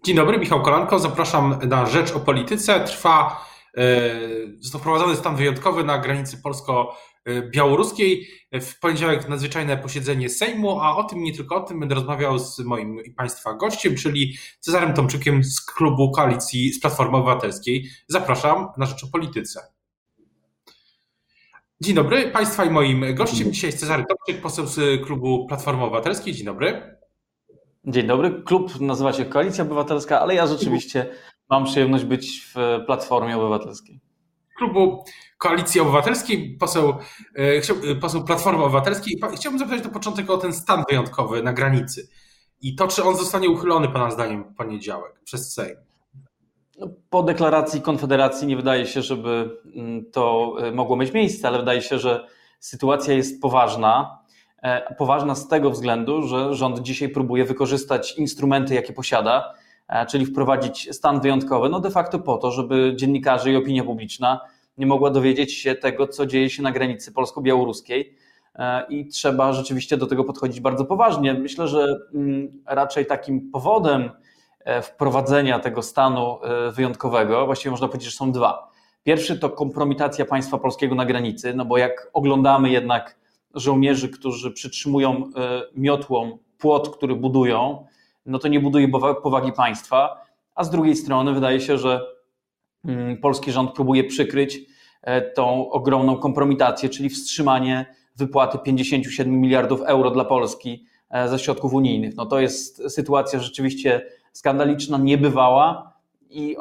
Dzień dobry, Michał Kolanko. Zapraszam na Rzecz o Polityce. Został wprowadzony stan wyjątkowy na granicy polsko-białoruskiej. W poniedziałek nadzwyczajne posiedzenie Sejmu, a o tym, nie tylko o tym, będę rozmawiał z moim i Państwa gościem, czyli Cezarym Tomczykiem z klubu Koalicji z Platformy Obywatelskiej. Zapraszam na Rzecz o Polityce. Dzień dobry, Państwa i moim gościem dzisiaj jest Cezary Tomczyk, poseł z klubu Platformy Obywatelskiej. Dzień dobry. Dzień dobry. Klub nazywa się Koalicja Obywatelska, ale ja rzeczywiście mam przyjemność być w Platformie Obywatelskiej. Klubu Koalicji Obywatelskiej, poseł Platformy Obywatelskiej. Chciałbym zapytać na początek o ten stan wyjątkowy na granicy i to, czy on zostanie uchylony Pana zdaniem w poniedziałek przez Sejm. Po deklaracji Konfederacji nie wydaje się, żeby to mogło mieć miejsce, ale wydaje się, że sytuacja jest poważna. Poważna z tego względu, że rząd dzisiaj próbuje wykorzystać instrumenty, jakie posiada, czyli wprowadzić stan wyjątkowy, de facto po to, żeby dziennikarze i opinia publiczna nie mogła dowiedzieć się tego, co dzieje się na granicy polsko-białoruskiej i trzeba rzeczywiście do tego podchodzić bardzo poważnie. Myślę, że raczej takim powodem wprowadzenia tego stanu wyjątkowego, właściwie można powiedzieć, że są dwa. Pierwszy to kompromitacja państwa polskiego na granicy, bo jak oglądamy jednak żołnierzy, którzy przytrzymują miotłą płot, który budują, to nie buduje powagi państwa, a z drugiej strony wydaje się, że polski rząd próbuje przykryć tą ogromną kompromitację, czyli wstrzymanie wypłaty 57 miliardów euro dla Polski ze środków unijnych. To jest sytuacja rzeczywiście skandaliczna, niebywała i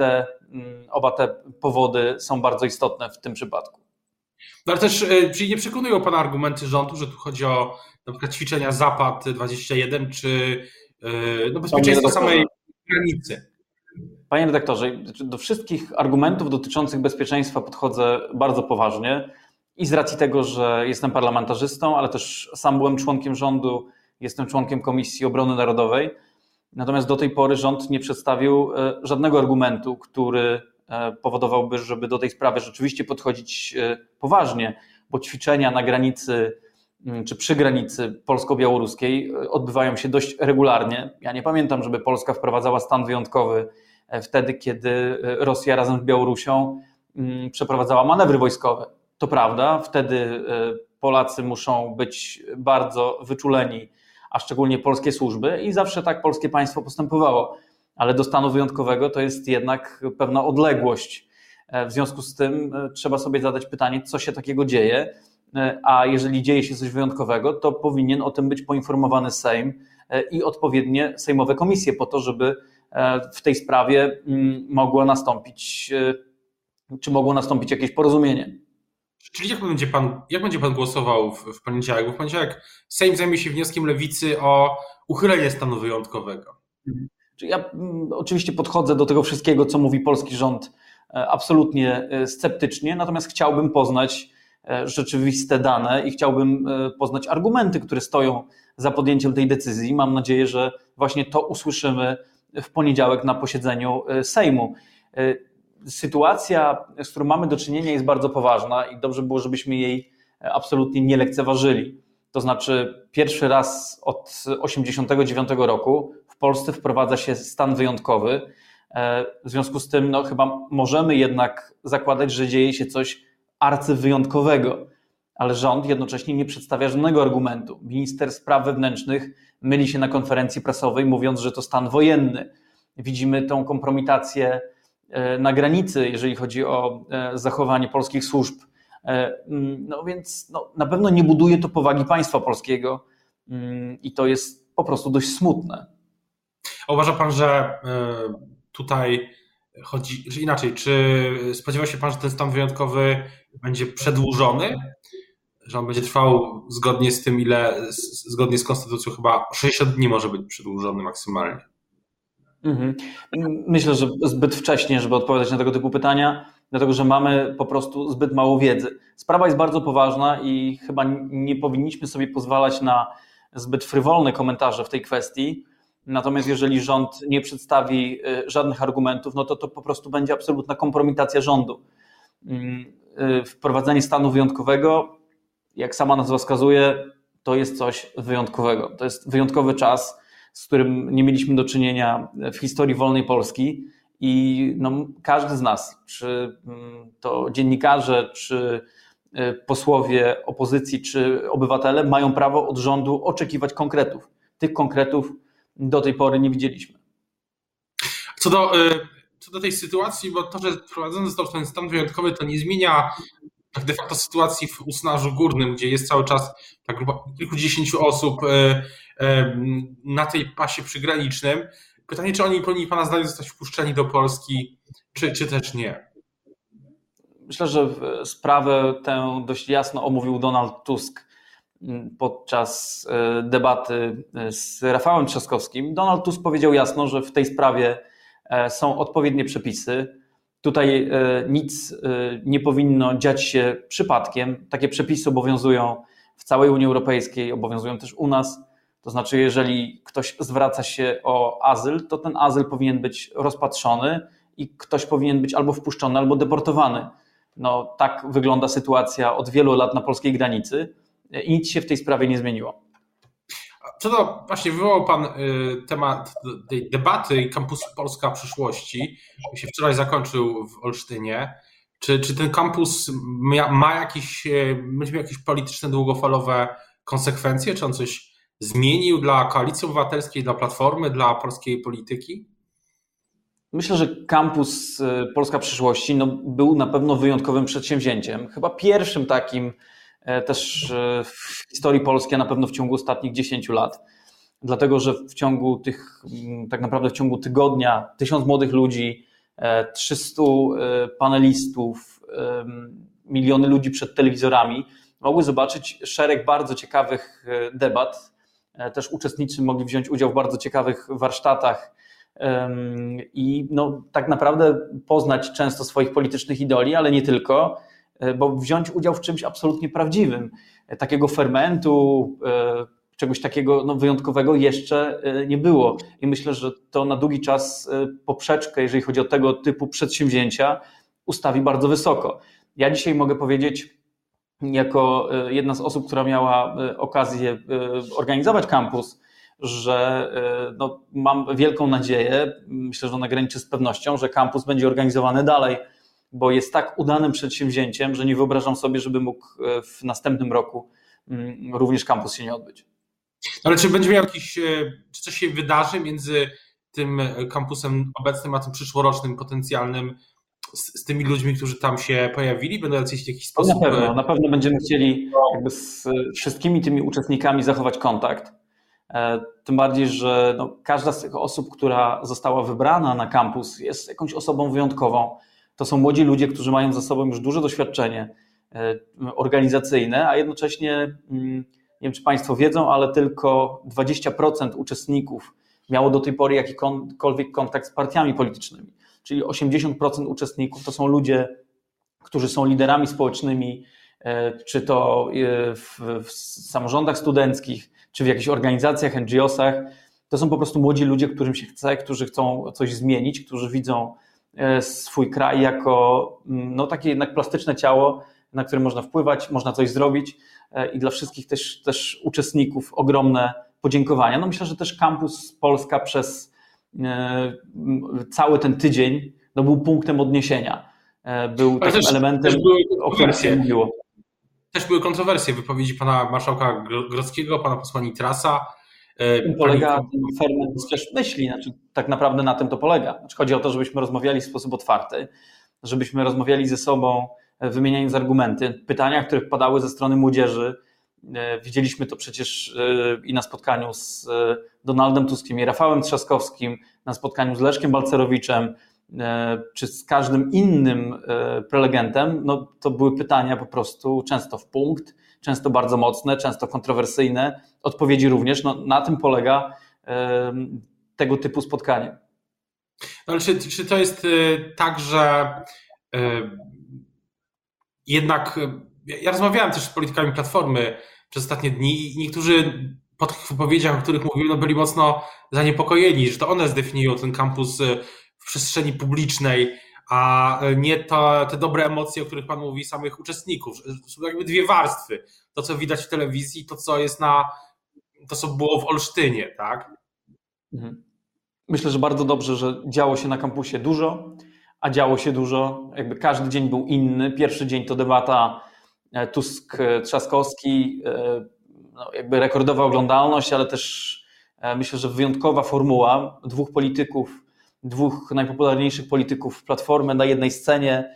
oba te powody są bardzo istotne w tym przypadku. Ale też, czyli nie przekonują Pana argumenty rządu, że tu chodzi o na przykład ćwiczenia Zapad-21 czy bezpieczeństwo samej granicy? Panie redaktorze, do wszystkich argumentów dotyczących bezpieczeństwa podchodzę bardzo poważnie i z racji tego, że jestem parlamentarzystą, ale też sam byłem członkiem rządu, jestem członkiem Komisji Obrony Narodowej. Natomiast do tej pory rząd nie przedstawił żadnego argumentu, który powodowałby, żeby do tej sprawy rzeczywiście podchodzić poważnie, bo ćwiczenia na granicy czy przy granicy polsko-białoruskiej odbywają się dość regularnie. Ja nie pamiętam, żeby Polska wprowadzała stan wyjątkowy wtedy, kiedy Rosja razem z Białorusią przeprowadzała manewry wojskowe. To prawda, wtedy Polacy muszą być bardzo wyczuleni, a szczególnie polskie służby i zawsze tak polskie państwo postępowało. Ale do stanu wyjątkowego to jest jednak pewna odległość. W związku z tym trzeba sobie zadać pytanie, co się takiego dzieje, a jeżeli dzieje się coś wyjątkowego, to powinien o tym być poinformowany Sejm i odpowiednie sejmowe komisje po to, żeby w tej sprawie mogło nastąpić jakieś porozumienie. Czyli jak będzie pan głosował w poniedziałek? Bo w poniedziałek Sejm zajmie się wnioskiem Lewicy o uchylenie stanu wyjątkowego. Ja oczywiście podchodzę do tego wszystkiego, co mówi polski rząd, absolutnie sceptycznie, natomiast chciałbym poznać rzeczywiste dane i chciałbym poznać argumenty, które stoją za podjęciem tej decyzji. Mam nadzieję, że właśnie to usłyszymy w poniedziałek na posiedzeniu Sejmu. Sytuacja, z którą mamy do czynienia, jest bardzo poważna i dobrze było, żebyśmy jej absolutnie nie lekceważyli. To znaczy pierwszy raz od 1989 roku w Polsce wprowadza się stan wyjątkowy. W związku z tym chyba możemy jednak zakładać, że dzieje się coś arcywyjątkowego, ale rząd jednocześnie nie przedstawia żadnego argumentu. Minister spraw wewnętrznych myli się na konferencji prasowej, mówiąc, że to stan wojenny. Widzimy tą kompromitację na granicy, jeżeli chodzi o zachowanie polskich służb. Więc na pewno nie buduje to powagi państwa polskiego i to jest po prostu dość smutne. A uważa pan, że tutaj chodzi, że inaczej, czy spodziewa się pan, że ten stan wyjątkowy będzie przedłużony, że on będzie trwał zgodnie z tym, zgodnie z konstytucją chyba 60 dni może być przedłużony maksymalnie? Myślę, że zbyt wcześnie, żeby odpowiadać na tego typu pytania, dlatego że mamy po prostu zbyt mało wiedzy. Sprawa jest bardzo poważna i chyba nie powinniśmy sobie pozwalać na zbyt frywolne komentarze w tej kwestii. Natomiast jeżeli rząd nie przedstawi żadnych argumentów, to po prostu będzie absolutna kompromitacja rządu. Wprowadzenie stanu wyjątkowego, jak sama nazwa wskazuje, to jest coś wyjątkowego. To jest wyjątkowy czas. z którym nie mieliśmy do czynienia w historii wolnej Polski i no, każdy z nas, czy to dziennikarze, czy posłowie opozycji, czy obywatele mają prawo od rządu oczekiwać konkretów. Tych konkretów do tej pory nie widzieliśmy. Co do tej sytuacji, bo to, że wprowadzony został ten stan wyjątkowy, to nie zmienia tak de facto sytuacji w Usnarzu Górnym, gdzie jest cały czas ta grupa kilkudziesięciu osób na tej pasie przygranicznym. Pytanie, czy oni powinni Pana zdaniem zostać wpuszczeni do Polski, czy też nie? Myślę, że sprawę tę dość jasno omówił Donald Tusk podczas debaty z Rafałem Trzaskowskim. Donald Tusk powiedział jasno, że w tej sprawie są odpowiednie przepisy. Tutaj nic nie powinno dziać się przypadkiem. Takie przepisy obowiązują w całej Unii Europejskiej, obowiązują też u nas. To znaczy, jeżeli ktoś zwraca się o azyl, to ten azyl powinien być rozpatrzony i ktoś powinien być albo wpuszczony, albo deportowany. No, tak wygląda sytuacja od wielu lat na polskiej granicy i nic się w tej sprawie nie zmieniło. Co to właśnie wywołał Pan temat tej debaty kampusu Polska przyszłości, który się wczoraj zakończył w Olsztynie. Czy ten kampus będzie miał jakieś polityczne, długofalowe konsekwencje? Czy on coś zmienił dla Koalicji Obywatelskiej, dla Platformy, dla polskiej polityki? Myślę, że kampus Polska przyszłości był na pewno wyjątkowym przedsięwzięciem. Chyba pierwszym takim też w historii Polski, a na pewno w ciągu ostatnich 10 lat. Dlatego, że tak naprawdę w ciągu tygodnia 1000 młodych ludzi, 300 panelistów, miliony ludzi przed telewizorami mogły zobaczyć szereg bardzo ciekawych debat. Też uczestnicy mogli wziąć udział w bardzo ciekawych warsztatach i tak naprawdę poznać często swoich politycznych idoli, ale nie tylko, bo wziąć udział w czymś absolutnie prawdziwym. Takiego fermentu, czegoś takiego wyjątkowego jeszcze nie było. I myślę, że to na długi czas poprzeczkę, jeżeli chodzi o tego typu przedsięwzięcia, ustawi bardzo wysoko. Ja dzisiaj mogę powiedzieć, jako jedna z osób, która miała okazję organizować kampus, że mam wielką nadzieję, myślę, że ona graniczy z pewnością, że kampus będzie organizowany dalej, bo jest tak udanym przedsięwzięciem, że nie wyobrażam sobie, żeby mógł w następnym roku również kampus się nie odbyć. Ale czy będzie miał czy coś się wydarzy między tym kampusem obecnym, a tym przyszłorocznym potencjalnym, z tymi ludźmi, którzy tam się pojawili? Będą w jakiś sposób... Na pewno będziemy chcieli jakby z wszystkimi tymi uczestnikami zachować kontakt. Tym bardziej, że każda z tych osób, która została wybrana na kampus, jest jakąś osobą wyjątkową. To są młodzi ludzie, którzy mają za sobą już duże doświadczenie organizacyjne, a jednocześnie, nie wiem czy Państwo wiedzą, ale tylko 20% uczestników miało do tej pory jakikolwiek kontakt z partiami politycznymi. Czyli 80% uczestników to są ludzie, którzy są liderami społecznymi, czy to w samorządach studenckich, czy w jakichś organizacjach, NGO-sach. To są po prostu młodzi ludzie, którym się chce, którzy chcą coś zmienić, którzy widzą swój kraj jako takie jednak plastyczne ciało, na które można wpływać, można coś zrobić i dla wszystkich też uczestników ogromne podziękowania. Myślę, że też Kampus Polska przez cały ten tydzień był punktem odniesienia. Był takim elementem, o którym się mówiło. Też były kontrowersje w wypowiedzi pana marszałka Grodzkiego, pana posła Nitrasa. Tym polega ten ferment też myśli, tak naprawdę na tym to polega. Chodzi o to, żebyśmy rozmawiali w sposób otwarty, żebyśmy rozmawiali ze sobą, wymieniając argumenty. Pytania, które padały ze strony młodzieży, widzieliśmy to przecież i na spotkaniu z Donaldem Tuskiem i Rafałem Trzaskowskim, na spotkaniu z Leszkiem Balcerowiczem, czy z każdym innym prelegentem, to były pytania po prostu często w punkt, często bardzo mocne, często kontrowersyjne, odpowiedzi również. Na tym polega tego typu spotkanie. Ale czy to jest tak, że jednak ja rozmawiałem też z politykami Platformy przez ostatnie dni i niektórzy po tych wypowiedziach, o których mówiłem, byli mocno zaniepokojeni, że to one zdefiniują ten kampus w przestrzeni publicznej, a nie te dobre emocje, o których Pan mówi, samych uczestników. Są jakby dwie warstwy. To, co widać w telewizji, to, co było w Olsztynie, tak? Mhm. Myślę, że bardzo dobrze, że działo się na kampusie dużo, a działo się dużo. Jakby każdy dzień był inny. Pierwszy dzień to debata Tusk-Trzaskowski, no jakby rekordowa oglądalność, ale też myślę, że wyjątkowa formuła dwóch polityków, dwóch najpopularniejszych polityków Platformy na jednej scenie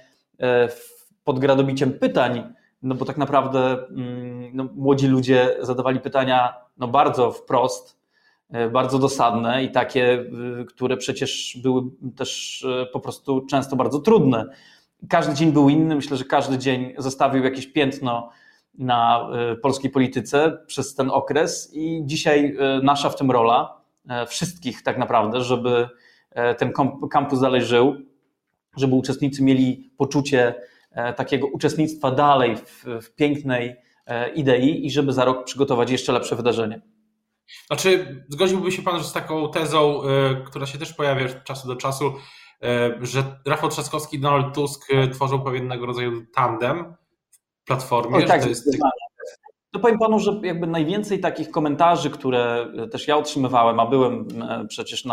pod gradobiciem pytań, no bo tak naprawdę no, młodzi ludzie zadawali pytania no, bardzo wprost, bardzo dosadne i takie, które przecież były też po prostu często bardzo trudne. Każdy dzień był inny, myślę, że każdy dzień zostawił jakieś piętno na polskiej polityce przez ten okres i dzisiaj nasza w tym rola, wszystkich tak naprawdę, żeby ten kampus dalej żył, żeby uczestnicy mieli poczucie takiego uczestnictwa dalej w pięknej idei i żeby za rok przygotować jeszcze lepsze wydarzenie. Znaczy, zgodziłby się Pan z taką tezą, która się też pojawia od czasu do czasu, że Rafał Trzaskowski i Donald Tusk tworzą pewnego rodzaju tandem w Platformie. Oj, tak, że to jest... No powiem Panu, że jakby najwięcej takich komentarzy, które też ja otrzymywałem, a byłem przecież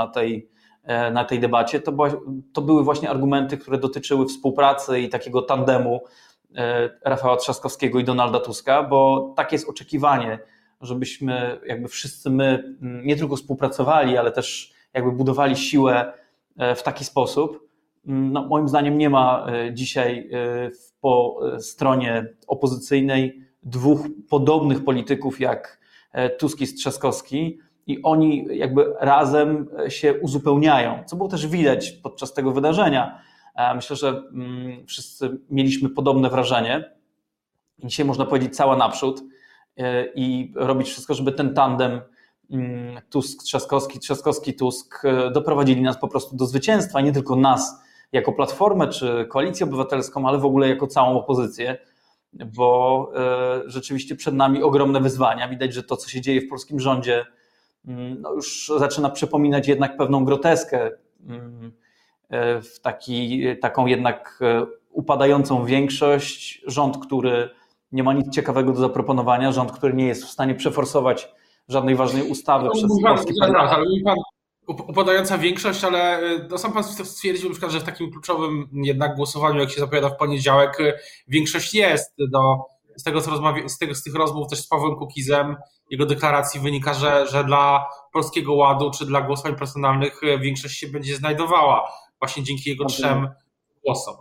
na tej debacie, to były właśnie argumenty, które dotyczyły współpracy i takiego tandemu Rafała Trzaskowskiego i Donalda Tuska, bo takie jest oczekiwanie, żebyśmy jakby wszyscy my nie tylko współpracowali, ale też jakby budowali siłę w taki sposób. No, moim zdaniem nie ma dzisiaj po stronie opozycyjnej dwóch podobnych polityków jak Tusk i Trzaskowski i oni jakby razem się uzupełniają, co było też widać podczas tego wydarzenia. Myślę, że wszyscy mieliśmy podobne wrażenie. Dzisiaj można powiedzieć cała naprzód i robić wszystko, żeby ten tandem Tusk-Trzaskowski, Trzaskowski-Tusk doprowadzili nas po prostu do zwycięstwa, nie tylko nas jako Platformę czy Koalicję Obywatelską, ale w ogóle jako całą opozycję, bo rzeczywiście przed nami ogromne wyzwania. Widać, że to, co się dzieje w polskim rządzie, no już zaczyna przypominać jednak pewną groteskę, w taką jednak upadającą większość, rząd, który nie ma nic ciekawego do zaproponowania, rząd, który nie jest w stanie przeforsować żadnej ważnej ustawy przez polski parlament. Mówi Pan upadająca większość, ale no sam Pan stwierdził na przykład, że w takim kluczowym jednak głosowaniu, jak się zapowiada w poniedziałek, większość jest. Z tego, co z tych rozmów też z Pawłem Kukizem, jego deklaracji wynika, że dla Polskiego Ładu czy dla głosowań personalnych większość się będzie znajdowała właśnie dzięki jego 3 głosom.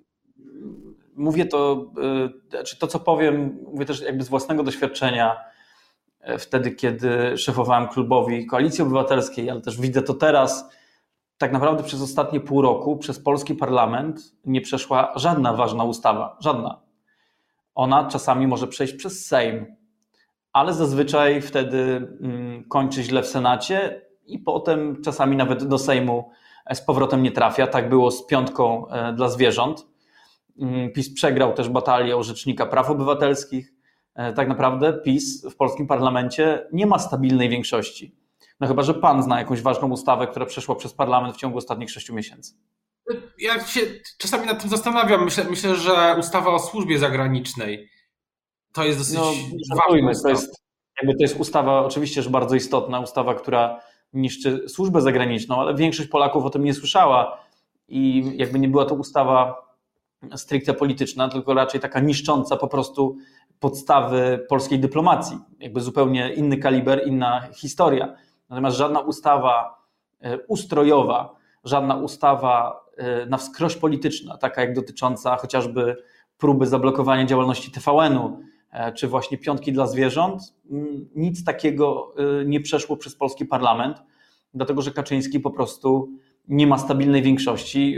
Mówię to, co powiem, mówię też jakby z własnego doświadczenia, wtedy, kiedy szefowałem klubowi Koalicji Obywatelskiej, ale też widzę to teraz. Tak naprawdę przez ostatnie pół roku przez polski parlament nie przeszła żadna ważna ustawa. Żadna. Ona czasami może przejść przez Sejm, ale zazwyczaj wtedy kończy źle w Senacie i potem czasami nawet do Sejmu z powrotem nie trafia. Tak było z 5 dla zwierząt. PiS przegrał też batalię o rzecznika praw obywatelskich. Tak naprawdę PiS w polskim parlamencie nie ma stabilnej większości. No chyba, że Pan zna jakąś ważną ustawę, która przeszła przez parlament w ciągu ostatnich 6 miesięcy. Ja się czasami nad tym zastanawiam. Myślę, że ustawa o służbie zagranicznej to jest dosyć ważna ustawa. To jest ustawa oczywiście, że bardzo istotna, ustawa, która niszczy służbę zagraniczną, ale większość Polaków o tym nie słyszała i jakby nie była to ustawa stricte polityczna, tylko raczej taka niszcząca po prostu podstawy polskiej dyplomacji. Jakby zupełnie inny kaliber, inna historia. Natomiast żadna ustawa ustrojowa, żadna ustawa na wskroś polityczna, taka jak dotycząca chociażby próby zablokowania działalności TVN-u, czy właśnie 5 dla zwierząt, nic takiego nie przeszło przez polski parlament, dlatego że Kaczyński po prostu nie ma stabilnej większości.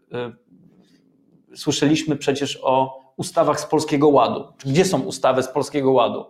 Słyszeliśmy przecież o ustawach z Polskiego Ładu. Gdzie są ustawy z Polskiego Ładu?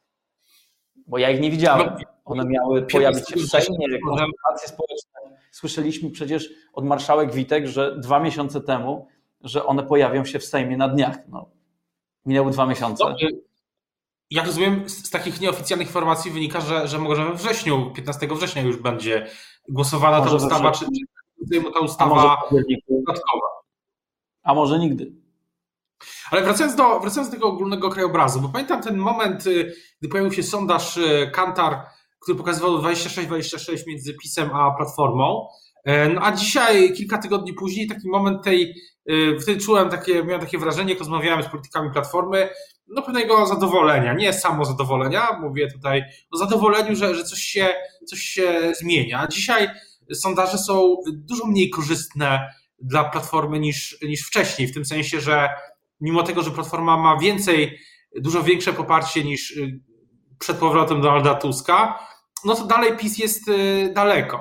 Bo ja ich nie widziałem. One miały pojawić się w Sejmie, konsultacje społeczne. Słyszeliśmy przecież od marszałek Witek, że 2 miesiące temu, że one pojawią się w Sejmie na dniach. No, minęły 2 miesiące. Jak rozumiem, z takich nieoficjalnych informacji wynika, że może we wrześniu, 15 września już będzie głosowana ta ustawa, czy ta ustawa dodatkowa. A może nigdy. Ale wracając do tego ogólnego krajobrazu, bo pamiętam ten moment, gdy pojawił się sondaż Kantar, który pokazywał 26-26 między PiS-em a Platformą. No a dzisiaj, kilka tygodni później, taki moment wtedy miałem takie wrażenie, jak rozmawiałem z politykami Platformy, no pewnego zadowolenia, nie samo zadowolenia, mówię tutaj o zadowoleniu, że coś się zmienia. Dzisiaj sondaże są dużo mniej korzystne dla Platformy niż wcześniej, w tym sensie, że mimo tego, że Platforma ma dużo większe poparcie niż przed powrotem Donalda Tuska, no to dalej PiS jest daleko.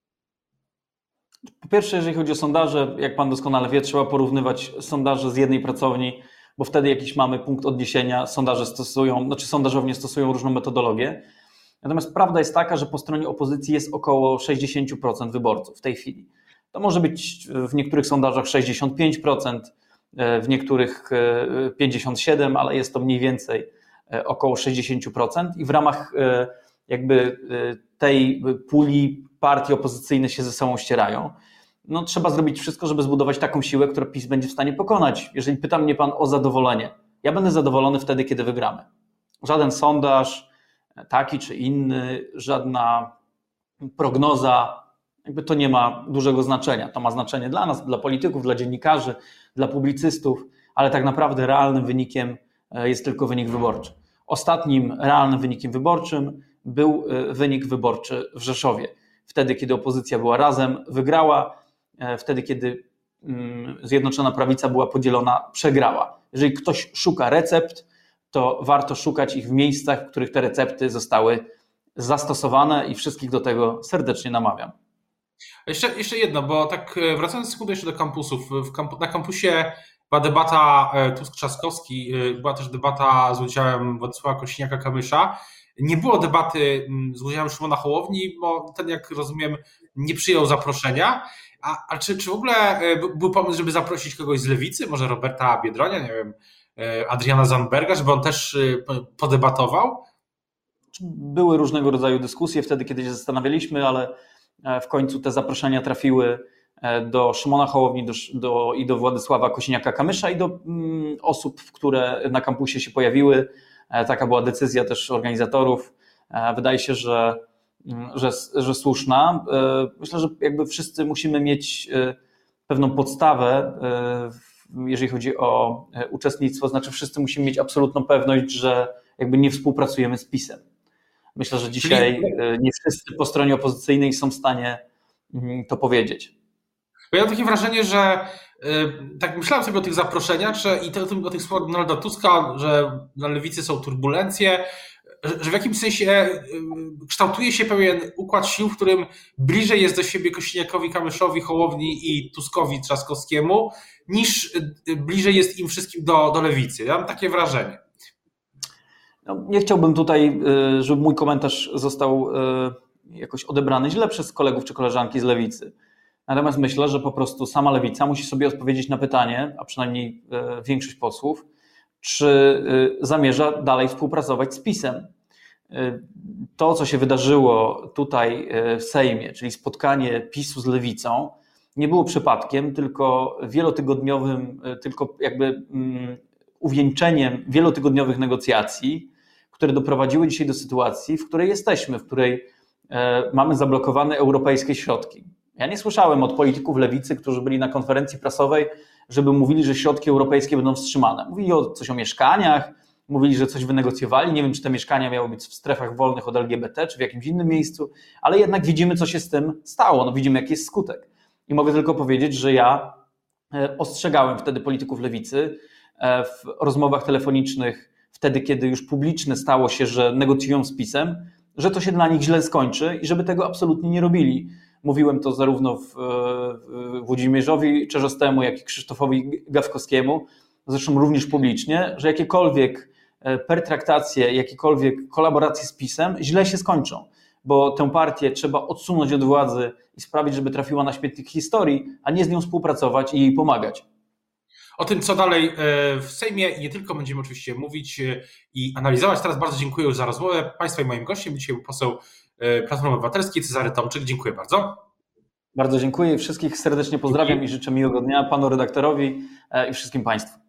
Po pierwsze, jeżeli chodzi o sondaże, jak pan doskonale wie, trzeba porównywać sondaże z jednej pracowni, bo wtedy jakiś mamy punkt odniesienia. Sondażownie stosują różną metodologię. Natomiast prawda jest taka, że po stronie opozycji jest około 60% wyborców w tej chwili. To może być w niektórych sondażach 65%, w niektórych 57%, ale jest to mniej więcej około 60% i w ramach jakby tej puli partii opozycyjne się ze sobą ścierają. No, trzeba zrobić wszystko, żeby zbudować taką siłę, która PiS będzie w stanie pokonać. Jeżeli pyta mnie pan o zadowolenie, ja będę zadowolony wtedy, kiedy wygramy. Żaden sondaż, taki czy inny, żadna prognoza, jakby to nie ma dużego znaczenia. To ma znaczenie dla nas, dla polityków, dla dziennikarzy, dla publicystów, ale tak naprawdę realnym wynikiem jest tylko wynik wyborczy. Ostatnim realnym wynikiem wyborczym był wynik wyborczy w Rzeszowie. Wtedy, kiedy opozycja była razem, wygrała. Wtedy, kiedy Zjednoczona Prawica była podzielona, przegrała. Jeżeli ktoś szuka recept, to warto szukać ich w miejscach, w których te recepty zostały zastosowane i wszystkich do tego serdecznie namawiam. Jeszcze jedno, bo tak wracając sekundę jeszcze do kampusów. Na kampusie była debata Tusk-Trzaskowski, była też debata z udziałem Władysława Kosiniaka-Kamysza. Nie było debaty z udziałem Szymona Hołowni, bo ten, jak rozumiem, nie przyjął zaproszenia. A czy w ogóle był pomysł, żeby zaprosić kogoś z Lewicy, może Roberta Biedronia, nie wiem, Adriana Zandberga, żeby on też podebatował? Były różnego rodzaju dyskusje wtedy, kiedy się zastanawialiśmy, ale w końcu te zaproszenia trafiły do Szymona Hołowni i do Władysława Kosiniaka-Kamysza i do osób, które na kampusie się pojawiły. Taka była decyzja też organizatorów. Wydaje się, że słuszna. Myślę, że jakby wszyscy musimy mieć pewną podstawę, jeżeli chodzi o uczestnictwo, znaczy wszyscy musimy mieć absolutną pewność, że jakby nie współpracujemy z PiS-em. Myślę, że dzisiaj nie wszyscy po stronie opozycyjnej są w stanie to powiedzieć. Bo ja mam takie wrażenie, że tak myślałem sobie o tych zaproszeniach o tych słowach Donalda Tuska, że na lewicy są turbulencje, że w jakimś sensie kształtuje się pewien układ sił, w którym bliżej jest do siebie Kosiniakowi, Kamyszowi, Hołowni i Tuskowi, Trzaskowskiemu, niż bliżej jest im wszystkim do lewicy. Ja mam takie wrażenie. No, nie chciałbym tutaj, żeby mój komentarz został jakoś odebrany źle przez kolegów czy koleżanki z lewicy. Natomiast myślę, że po prostu sama lewica musi sobie odpowiedzieć na pytanie, a przynajmniej większość posłów, czy zamierza dalej współpracować z PiS-em. To, co się wydarzyło tutaj w Sejmie, czyli spotkanie PiS-u z lewicą, nie było przypadkiem, tylko uwieńczeniem wielotygodniowych negocjacji, które doprowadziły dzisiaj do sytuacji, w której jesteśmy, w której mamy zablokowane europejskie środki. Ja nie słyszałem od polityków lewicy, którzy byli na konferencji prasowej, żeby mówili, że środki europejskie będą wstrzymane. Mówili coś o mieszkaniach, mówili, że coś wynegocjowali. Nie wiem, czy te mieszkania miały być w strefach wolnych od LGBT, czy w jakimś innym miejscu, ale jednak widzimy, co się z tym stało. No, widzimy, jaki jest skutek. I mogę tylko powiedzieć, że ja ostrzegałem wtedy polityków lewicy w rozmowach telefonicznych, wtedy, kiedy już publiczne stało się, że negocjują z PiS-em, że to się dla nich źle skończy i żeby tego absolutnie nie robili. Mówiłem to zarówno Włodzimierzowi Czerzostemu, jak i Krzysztofowi Gawkowskiemu, zresztą również publicznie, że jakiekolwiek pertraktacje, jakiekolwiek kolaboracje z PiS-em źle się skończą, bo tę partię trzeba odsunąć od władzy i sprawić, żeby trafiła na śmietnik historii, a nie z nią współpracować i jej pomagać. O tym, co dalej w Sejmie i nie tylko, będziemy oczywiście mówić i analizować. Teraz bardzo dziękuję już za rozmowę. Państwa i moim gościem dzisiaj był poseł Platformy Obywatelskiej Cezary Tomczyk. Dziękuję bardzo. Bardzo dziękuję. Wszystkich serdecznie pozdrawiam i życzę miłego dnia panu redaktorowi i wszystkim państwu.